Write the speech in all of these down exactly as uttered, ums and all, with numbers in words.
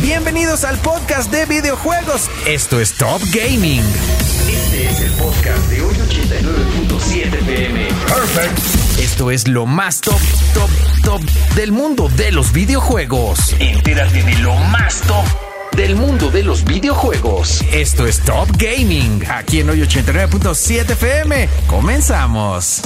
Bienvenidos al podcast de videojuegos. Esto es Top Gaming. Este es el podcast de hoy ochenta y nueve punto siete P M. Perfect. Esto es lo más top, top, top del mundo de los videojuegos. Entérate de lo más top del mundo de los videojuegos. Esto es Top Gaming, aquí en hoy ochenta y nueve punto siete F M. Comenzamos.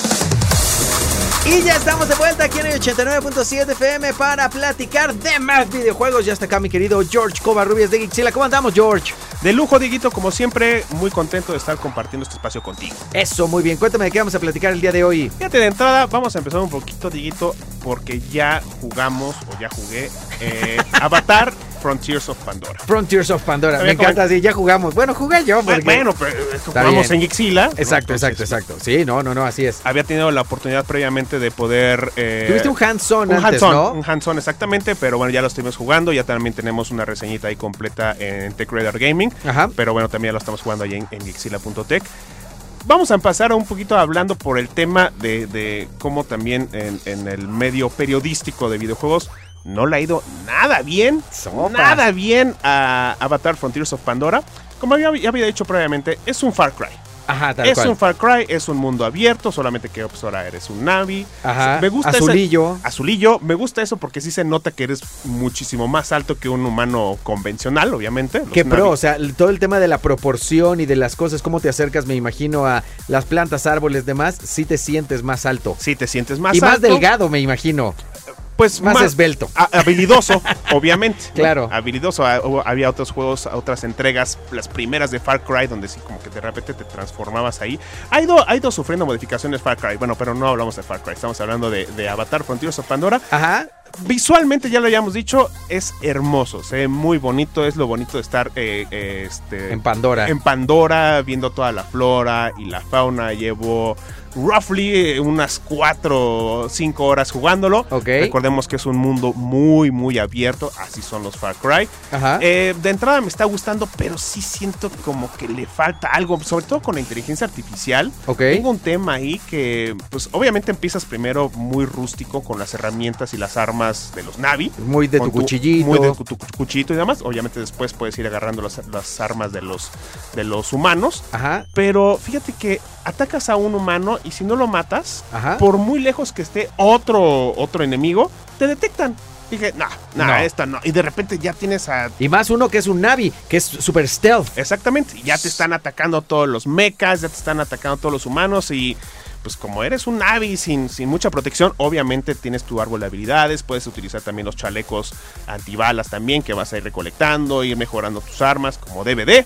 Y ya estamos de vuelta aquí en el ochenta y nueve punto siete F M para platicar de más videojuegos. Ya está acá mi querido George Covarrubias de Geekzilla. ¿Cómo andamos, George? De lujo, Dieguito, como siempre, muy contento de estar compartiendo este espacio contigo. Eso, muy bien. Cuéntame de qué vamos a platicar el día de hoy. Fíjate, de entrada, vamos a empezar un poquito, Dieguito, porque ya jugamos, o ya jugué, eh, Avatar Frontiers of Pandora. Frontiers of Pandora. Me También encanta, como... sí, ya jugamos. Bueno, jugué yo. Porque... Bueno, pero jugamos en Geekzilla. Exacto, ¿no? Entonces, exacto, exacto. Sí, no, no, no, así es. Había tenido la oportunidad previamente de poder... Eh, Tuviste un hands-on un antes, hands-on, ¿no? Un hands-on, exactamente, pero bueno, ya lo estuvimos jugando. Ya también tenemos una reseñita ahí completa en Tech Radar Gaming. Ajá. Pero bueno, también ya lo estamos jugando ahí en, en geekzilla punto tech. Vamos a empezar un poquito hablando por el tema de, de cómo también en, en el medio periodístico de videojuegos no le ha ido nada bien, Sopa. nada bien a Avatar Frontiers of Pandora. Como ya, ya había dicho previamente, es un Far Cry. Ajá, tal es cual. un Far Cry, es un mundo abierto, solamente que pues, ahora eres un Navi. Ajá, me gusta azulillo. Ese, azulillo, me gusta eso porque sí se nota que eres muchísimo más alto que un humano convencional, obviamente. Qué pro, Navi. o sea, todo el tema de la proporción y de las cosas, cómo te acercas, me imagino, a las plantas, árboles, demás, sí te sientes más alto. Sí te sientes más y alto. más delgado, me imagino. Pues más, más esbelto. A, habilidoso, obviamente. Claro. ¿no? Habilidoso. Había otros juegos, otras entregas, las primeras de Far Cry, donde sí como que de repente te transformabas ahí. Ha ido, ha ido sufriendo modificaciones Far Cry. Bueno, pero no hablamos de Far Cry, estamos hablando de, de Avatar Frontiers of Pandora. Ajá. Visualmente, ya lo habíamos dicho, es hermoso, se ve muy bonito, es lo bonito de estar eh, eh, este, en Pandora. En Pandora, viendo toda la flora y la fauna. Llevo roughly unas cuatro o cinco horas jugándolo. Okay. Recordemos que es un mundo muy, muy abierto, así son los Far Cry. Ajá. Eh, de entrada me está gustando, pero sí siento como que le falta algo, sobre todo con la inteligencia artificial. Okay. Tengo un tema ahí que, pues obviamente empiezas primero muy rústico con las herramientas y las armas de los Navi. Muy de tu, tu cuchillito. Muy de tu, tu cuchillito y demás. Obviamente después puedes ir agarrando las, las armas de los, de los humanos. Ajá. Pero fíjate que atacas a un humano y si no lo matas, Ajá. por muy lejos que esté otro, otro enemigo, te detectan. Dije, nah, nah, no, esta no. Y de repente ya tienes a... Y más uno que es un Navi, que es super stealth. Exactamente. Ya te están atacando todos los mechas, ya te están atacando todos los humanos y... Pues como eres un Navi sin, sin mucha protección, obviamente tienes tu árbol de habilidades, puedes utilizar también los chalecos antibalas también, que vas a ir recolectando, ir mejorando tus armas como D V D.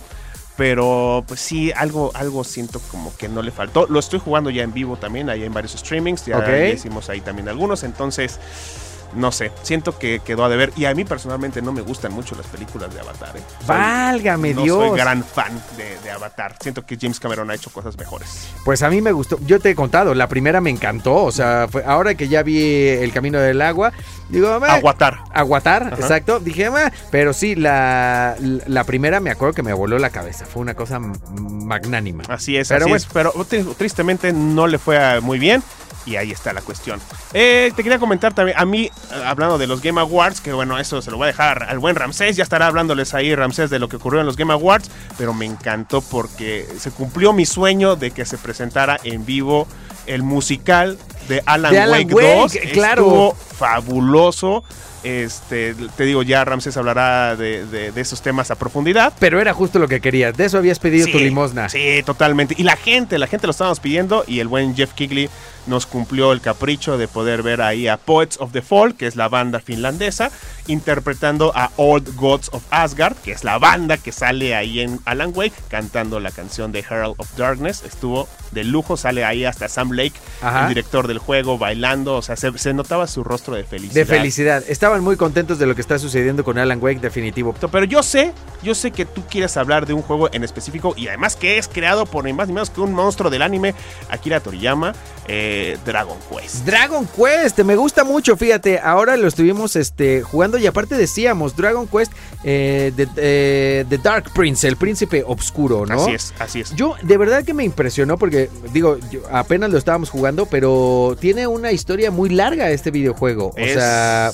Pero pues sí, algo, algo siento como que no le faltó. Lo estoy jugando ya en vivo también, ahí en varios streamings, ya, okay. ya hicimos ahí también algunos, entonces... No sé, siento que quedó a deber. Y a mí personalmente no me gustan mucho las películas de Avatar. ¿eh? Soy, Válgame no Dios. No soy gran fan de, de Avatar. Siento que James Cameron ha hecho cosas mejores. Pues a mí me gustó. Yo te he contado, la primera me encantó. O sea, fue, ahora que ya vi El Camino del Agua, digo... Aguatar. Aguatar, ajá. Exacto. Dije, ah, pero sí, la, la primera me acuerdo que me voló la cabeza. Fue una cosa magnánima. Así es, pero así bueno. es. Pero tristemente no le fue muy bien. Y ahí está la cuestión. Eh, te quería comentar también, a mí, hablando de los Game Awards, que bueno, eso se lo voy a dejar al buen Ramsés, ya estará hablándoles ahí Ramsés de lo que ocurrió en los Game Awards, pero me encantó porque se cumplió mi sueño de que se presentara en vivo el musical de Alan, de Alan Wake, Wake dos. Claro. Estuvo fabuloso. Este, te digo, ya Ramsés hablará de, de, de esos temas a profundidad. Pero era justo lo que querías, de eso habías pedido sí, tu limosna. Sí, totalmente. Y la gente, la gente lo estábamos pidiendo y el buen Jeff Keighley nos cumplió el capricho de poder ver ahí a Poets of the Fall, que es la banda finlandesa, interpretando a Old Gods of Asgard, que es la banda que sale ahí en Alan Wake, cantando la canción de Herald of Darkness. Estuvo de lujo, sale ahí hasta Sam Lake, ajá, el director del juego, bailando, o sea, se, se notaba su rostro de felicidad. De felicidad, estaban muy contentos de lo que está sucediendo con Alan Wake, definitivo. Pero yo sé, yo sé que tú quieres hablar de un juego en específico y además que es creado por ni más ni menos que un monstruo del anime, Akira Toriyama, eh, Dragon Quest. Dragon Quest, me gusta mucho, fíjate, ahora lo estuvimos este, jugando y aparte decíamos, Dragon Quest, eh, de, eh, The Dark Prince, el príncipe oscuro, ¿no? Así es, así es. Yo, de verdad que me impresionó porque, digo, yo, apenas lo estábamos jugando, pero tiene una historia muy larga este videojuego, es... o sea, muy, muy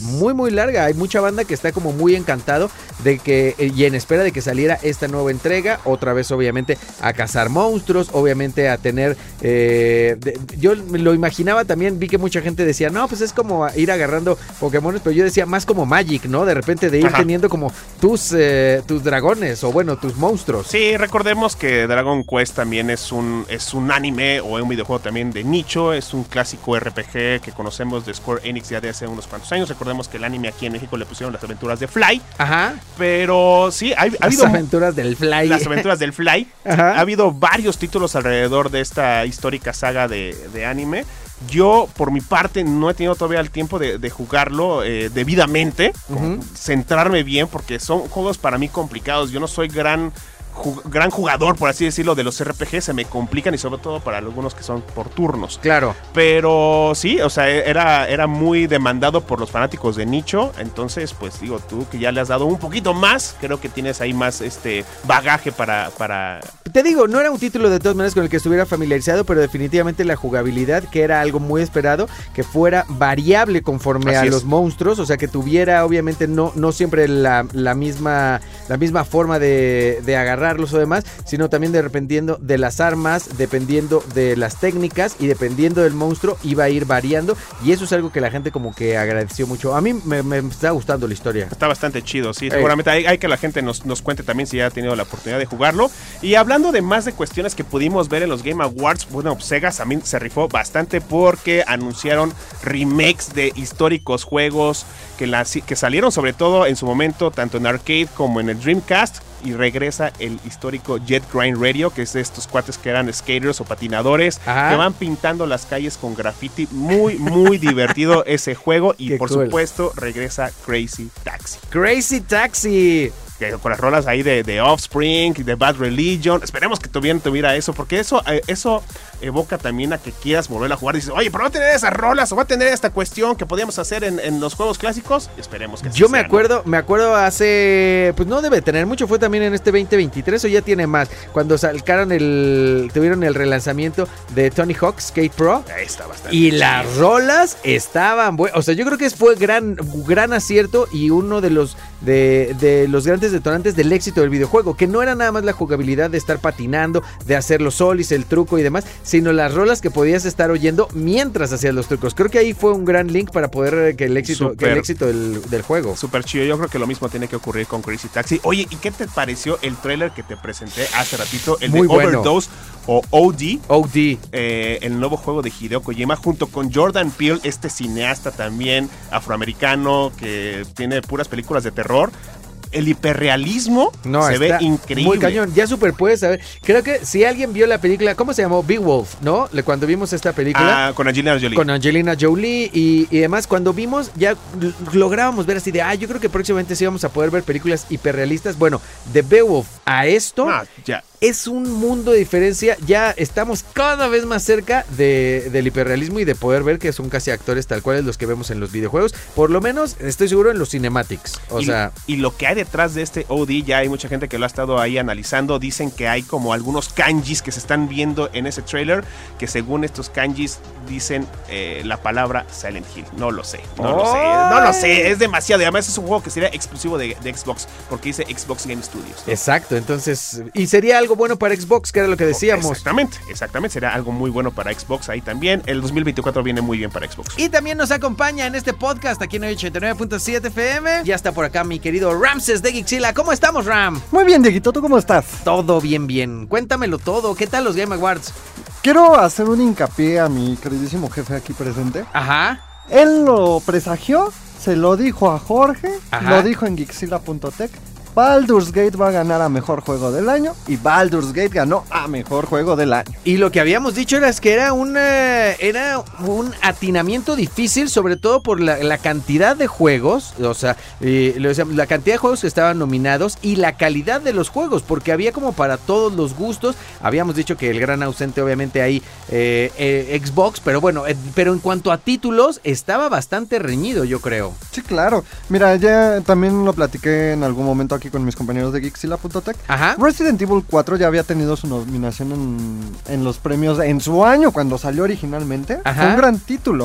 muy larga. Hay mucha banda que está como muy encantado de que, y en espera de que saliera esta nueva entrega, otra vez obviamente a cazar monstruos, obviamente a tener, eh, de, yo lo imaginaba también, vi que mucha gente decía, no, pues es como ir agarrando Pokémones, pero yo decía más como Magic, ¿no? De repente de ir Ajá. teniendo como tus, eh, tus dragones, o bueno, tus monstruos. Sí, recordemos que Dragon Quest también es un, es un anime o un videojuego también de nicho, es un clásico R P G que conocemos de Square Enix ya de hace unos cuantos años. Recordemos que el anime aquí en México le pusieron Las Aventuras de Fly. Ajá. Pero sí, ha, ha Las habido... aventuras del Fly. Las aventuras del Fly. Ajá. Ha habido varios títulos alrededor de esta histórica saga de, de anime. Yo, por mi parte, no he tenido todavía el tiempo de, de jugarlo eh, debidamente, uh-huh. centrarme bien, porque son juegos para mí complicados. Yo no soy gran... gran jugador, por así decirlo, de los R P G, se me complican y sobre todo para algunos que son por turnos. Claro. Pero sí, o sea, era, era muy demandado por los fanáticos de nicho, entonces, pues digo, tú que ya le has dado un poquito más, creo que tienes ahí más este bagaje para... para... Te digo, no era un título de todas maneras con el que estuviera familiarizado, pero definitivamente la jugabilidad, que era algo muy esperado, que fuera variable conforme así a es. Los monstruos, o sea, que tuviera obviamente no, no siempre la, la, misma, la misma forma de, de agarrarlos o demás, sino también dependiendo de las armas, dependiendo de las técnicas y dependiendo del monstruo, iba a ir variando, y eso es algo que la gente como que agradeció mucho. A mí me, me está gustando la historia. Está bastante chido, sí, seguramente hay, hay que la gente nos, nos cuente también si ya ha tenido la oportunidad de jugarlo. Y hablando de más de cuestiones que pudimos ver en los Game Awards, bueno, Sega también se rifó bastante porque anunciaron remakes de históricos juegos que, la, que salieron sobre todo en su momento tanto en arcade como en el Dreamcast. Y regresa el histórico Jet Grind Radio, que es de estos cuates que eran skaters o patinadores, Ajá. que van pintando las calles con graffiti. Muy, muy divertido ese juego. Y Qué por cool. supuesto regresa Crazy Taxi. Crazy Taxi. Que con las rolas ahí de, de Offspring, de Bad Religion. Esperemos que también tuviera eso, porque eso, eh, eso evoca también a que quieras volver a jugar. Dices, oye, pero va a tener esas rolas o va a tener esta cuestión que podíamos hacer en, en los juegos clásicos. Esperemos que así Yo sea, me acuerdo, ¿no? me acuerdo hace, pues no debe tener mucho, fue también en este veinte veintitrés o ya tiene más, cuando sacaron el, tuvieron el relanzamiento de Tony Hawk Skate Pro. Ahí está bastante. Y chido. Las rolas estaban buenas, o sea, yo creo que fue gran, gran acierto y uno de los, de, de los grandes detonantes del éxito del videojuego, que no era nada más la jugabilidad de estar patinando, de hacer los solis, el truco y demás, sino las rolas que podías estar oyendo mientras hacías los trucos. Creo que ahí fue un gran link para poder que el éxito, Super, que el éxito del, del juego. Súper chido, yo creo que lo mismo tiene que ocurrir con Crazy Taxi. Oye, ¿y qué te pareció el tráiler que te presenté hace ratito? El Muy de bueno. Overdose o O D. O D. Eh, el nuevo juego de Hideo Kojima junto con Jordan Peele, este cineasta también afroamericano que tiene puras películas de terror. El hiperrealismo no, se ve increíble. Muy cañón, ya super puedes saber. Creo que si alguien vio la película, ¿cómo se llamó? Beowulf, ¿no? Cuando vimos esta película. Ah, con Angelina Jolie. Con Angelina Jolie y, y demás. Cuando vimos, ya lográbamos ver así de, ah, yo creo que próximamente sí vamos a poder ver películas hiperrealistas. Bueno, de Beowulf a esto. Ah, ya. Es un mundo de diferencia, ya estamos cada vez más cerca de, del hiperrealismo y de poder ver que son casi actores tal cual los que vemos en los videojuegos, por lo menos estoy seguro en los cinematics, o y, sea... Y lo que hay detrás de este O D, ya hay mucha gente que lo ha estado ahí analizando, dicen que hay como algunos kanjis que se están viendo en ese trailer, que según estos kanjis dicen eh, la palabra Silent Hill, no lo sé, no ¡Oh! lo sé, no lo sé, es demasiado, y además es un juego que sería exclusivo de, de Xbox, porque dice Xbox Game Studios, ¿no? Exacto, entonces, y sería algo bueno para Xbox, que era lo que decíamos. Exactamente, exactamente, será algo muy bueno para Xbox ahí también. El dos mil veinticuatro viene muy bien para Xbox. Y también nos acompaña en este podcast aquí en ochenta y nueve punto siete F M. Ya está por acá mi querido Ramses de Geekzilla. ¿Cómo estamos, Ram? Muy bien, Dieguito, ¿tú cómo estás? Todo bien, bien. Cuéntamelo todo. ¿Qué tal los Game Awards? Quiero hacer un hincapié a mi queridísimo jefe aquí presente. Ajá. Él lo presagió, se lo dijo a Jorge, Ajá. lo dijo en Geekzilla punto tech. Baldur's Gate va a ganar a Mejor Juego del Año y Baldur's Gate ganó a Mejor Juego del Año. Y lo que habíamos dicho era que era, una, era un atinamiento difícil, sobre todo por la, la cantidad de juegos, o sea, eh, la cantidad de juegos que estaban nominados y la calidad de los juegos, porque había como para todos los gustos. Habíamos dicho que el gran ausente obviamente ahí eh, eh, Xbox, pero bueno, eh, pero en cuanto a títulos estaba bastante reñido, yo creo. Sí, claro. Mira, ya también lo platiqué en algún momento aquí con mis compañeros de Geekzilla punto tech. Ajá. Resident Evil cuatro ya había tenido su nominación en, en los premios en su año cuando salió originalmente. Ajá. Fue un gran título.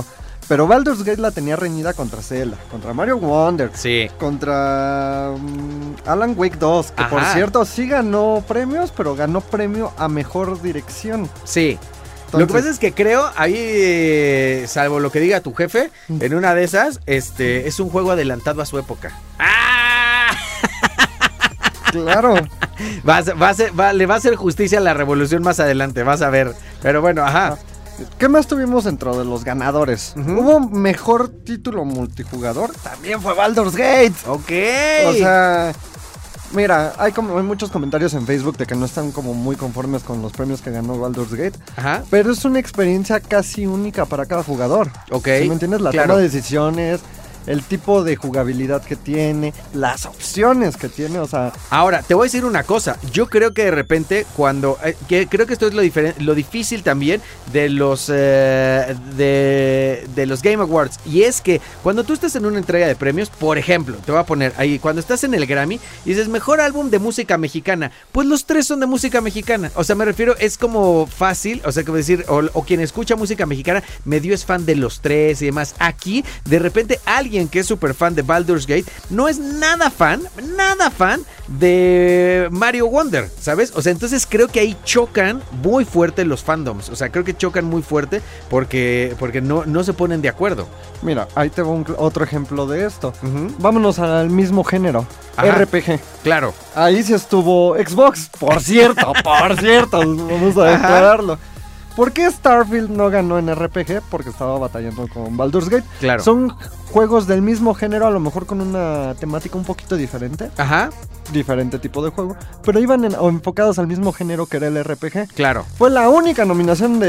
Pero Baldur's Gate la tenía reñida contra Zelda, contra Mario Wonder, Sí. contra um, Alan Wake dos, que Ajá. por cierto sí ganó premios, pero ganó premio a mejor dirección. Sí. Entonces, Lo que pasa es que creo, ahí, eh, salvo lo que diga tu jefe, en una de esas, este, es un juego adelantado a su época. ¡Ah! claro. Va a ser- va a ser- va- le va a hacer justicia a la revolución más adelante, vas a ver. Pero bueno, ajá. ¿Qué más tuvimos dentro de los ganadores? Ujú. Hubo mejor título multijugador, también fue Baldur's Gate. Ok. O sea, mira, hay como hay muchos comentarios en Facebook de que no están como muy conformes con los premios que ganó Baldur's Gate, Ajá. pero es una experiencia casi única para cada jugador. Ok. ¿Sí me entiendes? La Claro. toma de decisiones, el tipo de jugabilidad que tiene, las opciones que tiene, o sea, Ahora, te voy a decir una cosa. Yo creo que de repente, cuando. eh, que creo que esto es lo, diferen- lo difícil también de los. eh, de, de los Game Awards. Y es que cuando tú estás en una entrega de premios, por ejemplo, te voy a poner ahí, cuando estás en el Grammy y dices mejor álbum de música mexicana, pues los tres son de música mexicana. O sea, me refiero, es como fácil, o sea, como decir, o, o quien escucha música mexicana, medio es fan de los tres y demás. Aquí, de repente, alguien que es súper fan de Baldur's Gate no es nada fan, nada fan de Mario Wonder, ¿sabes? O sea, entonces creo que ahí chocan muy fuerte los fandoms. O sea, creo que chocan muy fuerte porque, porque no, no se ponen de acuerdo. mira, ahí te va un- otro ejemplo de esto. Ujú. Vámonos al mismo género, Ajá. R P G. Claro. Ahí sí estuvo Xbox, por cierto, por cierto, vamos a Ajá. declararlo. ¿Por qué Starfield no ganó en R P G? Porque estaba batallando con Baldur's Gate. Claro. Son juegos del mismo género, a lo mejor con una temática un poquito diferente, Ajá. diferente tipo de juego, pero iban en- o enfocados al mismo género que era el R P G. Claro. Fue la única nominación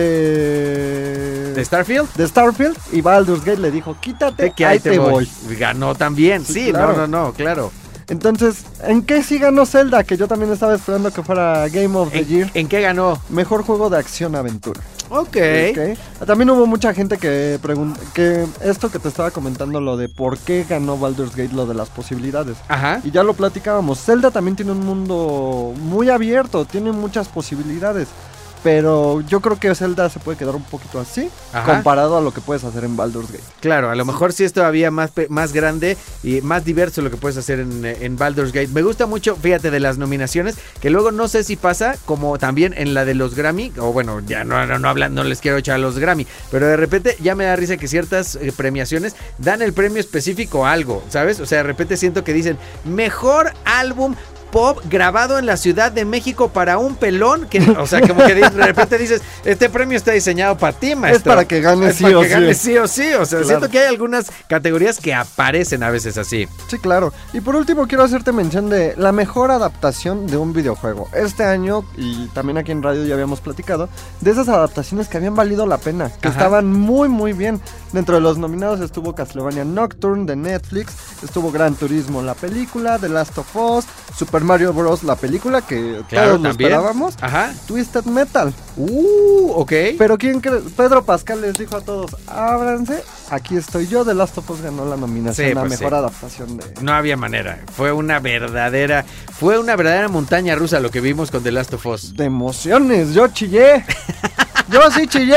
de ¿De Starfield? de Starfield y Baldur's Gate le dijo, quítate, De que ahí te voy. Ganó también. Sí, Sí, claro. no, no, no, claro. Entonces, ¿en qué sí ganó Zelda? Que yo también estaba esperando que fuera Game of the ¿En, Year. en qué ganó? Mejor juego de acción-aventura. Ok. Ok. También hubo mucha gente que preguntó, que esto que te estaba comentando, lo de por qué ganó Baldur's Gate, lo de las posibilidades. Ajá. Y ya lo platicábamos, Zelda también tiene un mundo muy abierto, tiene muchas posibilidades. Pero yo creo que Zelda se puede quedar un poquito así, Ajá. comparado a lo que puedes hacer en Baldur's Gate. Claro, a lo mejor sí es todavía más, pe- más grande y más diverso lo que puedes hacer en, en Baldur's Gate. Me gusta mucho, fíjate, de las nominaciones, que luego no sé si pasa como también en la de los Grammy, o bueno, ya no, no, no, hablan, no les quiero echar a los Grammy, pero de repente ya me da risa que ciertas eh, premiaciones dan el premio específico a algo, ¿sabes? O sea, de repente siento que dicen, mejor álbum pop grabado en la Ciudad de México para un pelón, que, o sea, como que de repente dices, este premio está diseñado para ti, maestro. Es para que ganes Es sí para o que sí. ganes sí o sí, o sea, Claro. siento que hay algunas categorías que aparecen a veces así. Sí, claro. Y por último quiero hacerte mención de la mejor adaptación de un videojuego. Este año, y también aquí en radio ya habíamos platicado, de esas adaptaciones que habían valido la pena, que Ajá. estaban muy muy bien. Dentro de los nominados estuvo Castlevania Nocturne de Netflix, estuvo Gran Turismo la película, The Last of Us, Super Mario Bros. La película que Claro, todos lo también. esperábamos, Ajá. Twisted Metal. Uh, ok. Pero ¿quién cree? Pedro Pascal les dijo a todos, ábranse, aquí estoy yo, The Last of Us ganó la nominación Sí, a pues mejor sí. adaptación de... No había manera. Fue una verdadera, fue una verdadera montaña rusa lo que vimos con The Last of Us. De emociones, yo chillé. Yo sí chillé.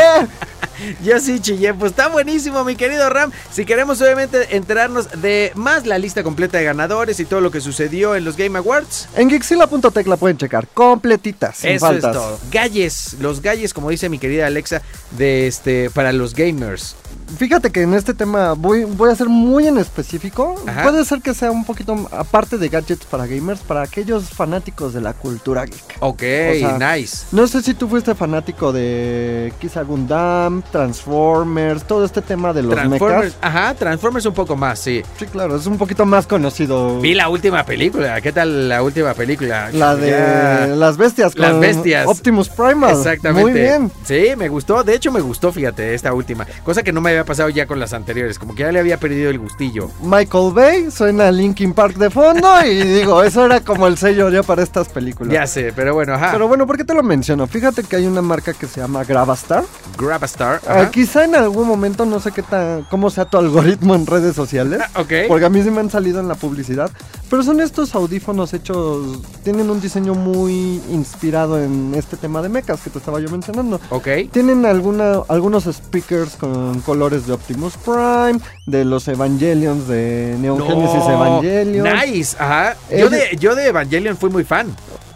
Yo sí chillé, pues está buenísimo, mi querido Ram. Si queremos obviamente enterarnos de más la lista completa de ganadores y todo lo que sucedió en los Game Awards, En Geekzilla punto tech la pueden checar completita, sin eso faltas. es todo. Galles, los galles, como dice mi querida Alexa, de este para los gamers. Fíjate que en este tema voy, voy a ser muy en específico. Ajá. Puede ser que sea un poquito aparte de gadgets para gamers, para aquellos fanáticos de la cultura geek. Ok, O sea, nice. No sé si tú fuiste fanático de quizá Gundam, Transformers, todo este tema de los Transformers, mechas. ajá, Transformers un poco más, sí. Sí, claro, es un poquito más conocido. Vi la última película, ¿qué tal la última película? La de Ya. las bestias. Las con bestias. Optimus Primal. Exactamente. Muy bien. Sí, me gustó. De hecho, me gustó, fíjate, esta última. Cosa que no me había pasado ya con las anteriores. Como que ya le había perdido el gustillo. Michael Bay, suena Linkin Park de fondo y digo, eso era como el sello ya para estas películas. Ya sé, pero bueno, ajá. Pero bueno, ¿por qué te lo menciono? Fíjate que hay una marca que se llama Gravastar. Gravastar. Ah, Ajá. quizá en algún momento, no sé qué tan, cómo sea tu algoritmo en redes sociales. Ah, ok. Porque a mí sí me han salido en la publicidad. Pero son estos audífonos hechos, tienen un diseño muy inspirado en este tema de mechas que te estaba yo mencionando. Ok. Tienen alguna, algunos speakers con colores de Optimus Prime, de los Evangelions, de Neon No, Genesis Evangelion. Nice, ajá. Eh, Yo de, yo de Evangelion fui muy fan.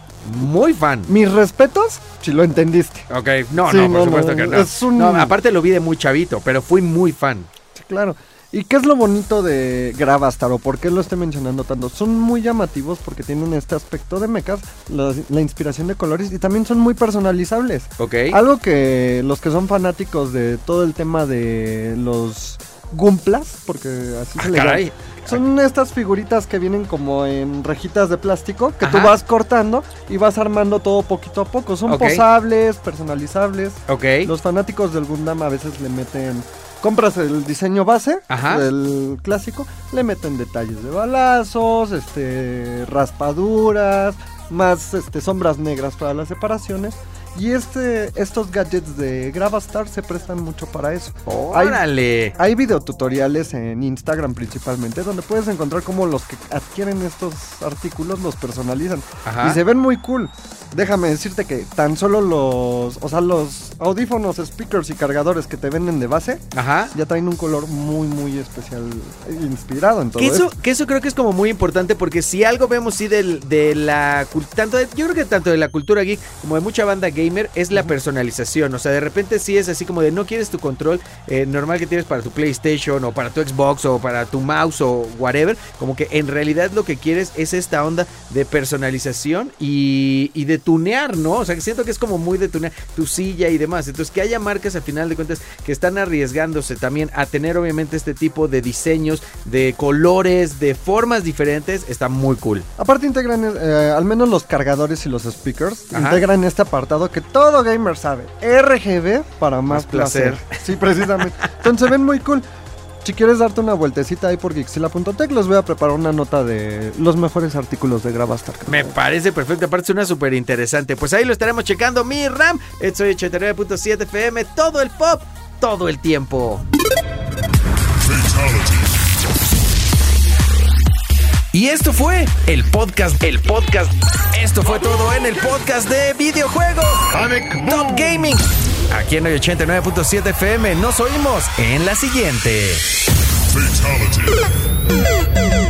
Muy fan. Mis respetos, si lo entendiste. Ok, no, Sí, no, por no, supuesto no, que no. es un- No, aparte lo vi de muy chavito, pero fui muy fan. Sí, claro. ¿Y qué es lo bonito de Gravastar o por qué lo estoy mencionando tanto? Son muy llamativos porque tienen este aspecto de mechas, la, la inspiración de colores y también son muy personalizables. Ok. Algo que los que son fanáticos de todo el tema de los Gumplas, porque así Ah, se le caray. llama. Son estas figuritas que vienen como en rejitas de plástico que Ajá. tú vas cortando y vas armando todo poquito a poco. Son Ok. posables, personalizables. Ok. Los fanáticos del Gundam a veces le meten... Compras el diseño base, Ajá. el clásico, le meten detalles de balazos, este, raspaduras, más este, sombras negras para las separaciones. Y este, estos gadgets de Gravastar se prestan mucho para eso. Hay, Órale. hay videotutoriales en Instagram principalmente donde puedes encontrar cómo los que adquieren estos artículos los personalizan. Ajá. Y se ven muy cool. Déjame decirte que tan solo los, o sea, los audífonos, speakers y cargadores que te venden de base Ajá. ya traen un color muy, muy especial, eh, inspirado en todo Que eso, esto. que eso creo que es como muy importante porque si algo vemos sí del, de la cul- tanto de- yo creo que tanto de la cultura geek como de mucha banda gamer es la personalización. O sea, de repente sí es así como de no quieres tu control eh, normal que tienes para tu PlayStation o para tu Xbox o para tu mouse o whatever. Como que en realidad lo que quieres es esta onda de personalización y, y de tunear, ¿no? O sea, que siento que es como muy de tunear tu silla y demás. Entonces que haya marcas a final de cuentas que están arriesgándose también a tener obviamente este tipo de diseños, de colores, de formas diferentes, está muy cool. Aparte integran, eh, al menos los cargadores y los speakers, Ajá. integran este apartado que todo gamer sabe. R G B para más, Más placer. placer. Sí, precisamente. Entonces se ven muy cool. Si quieres darte una vueltecita ahí por Geekzilla punto tech, les voy a preparar una nota de los mejores artículos de Gravastar. Me parece perfecto, aparte suena súper interesante. Pues ahí lo estaremos checando, mi RAM. Soy ochenta y nueve punto siete F M, todo el pop, todo el tiempo. Y esto fue el podcast, el podcast. Esto fue todo en el podcast de videojuegos Top Gaming. Aquí en ochenta y nueve punto siete F M nos oímos en la siguiente. Fatality.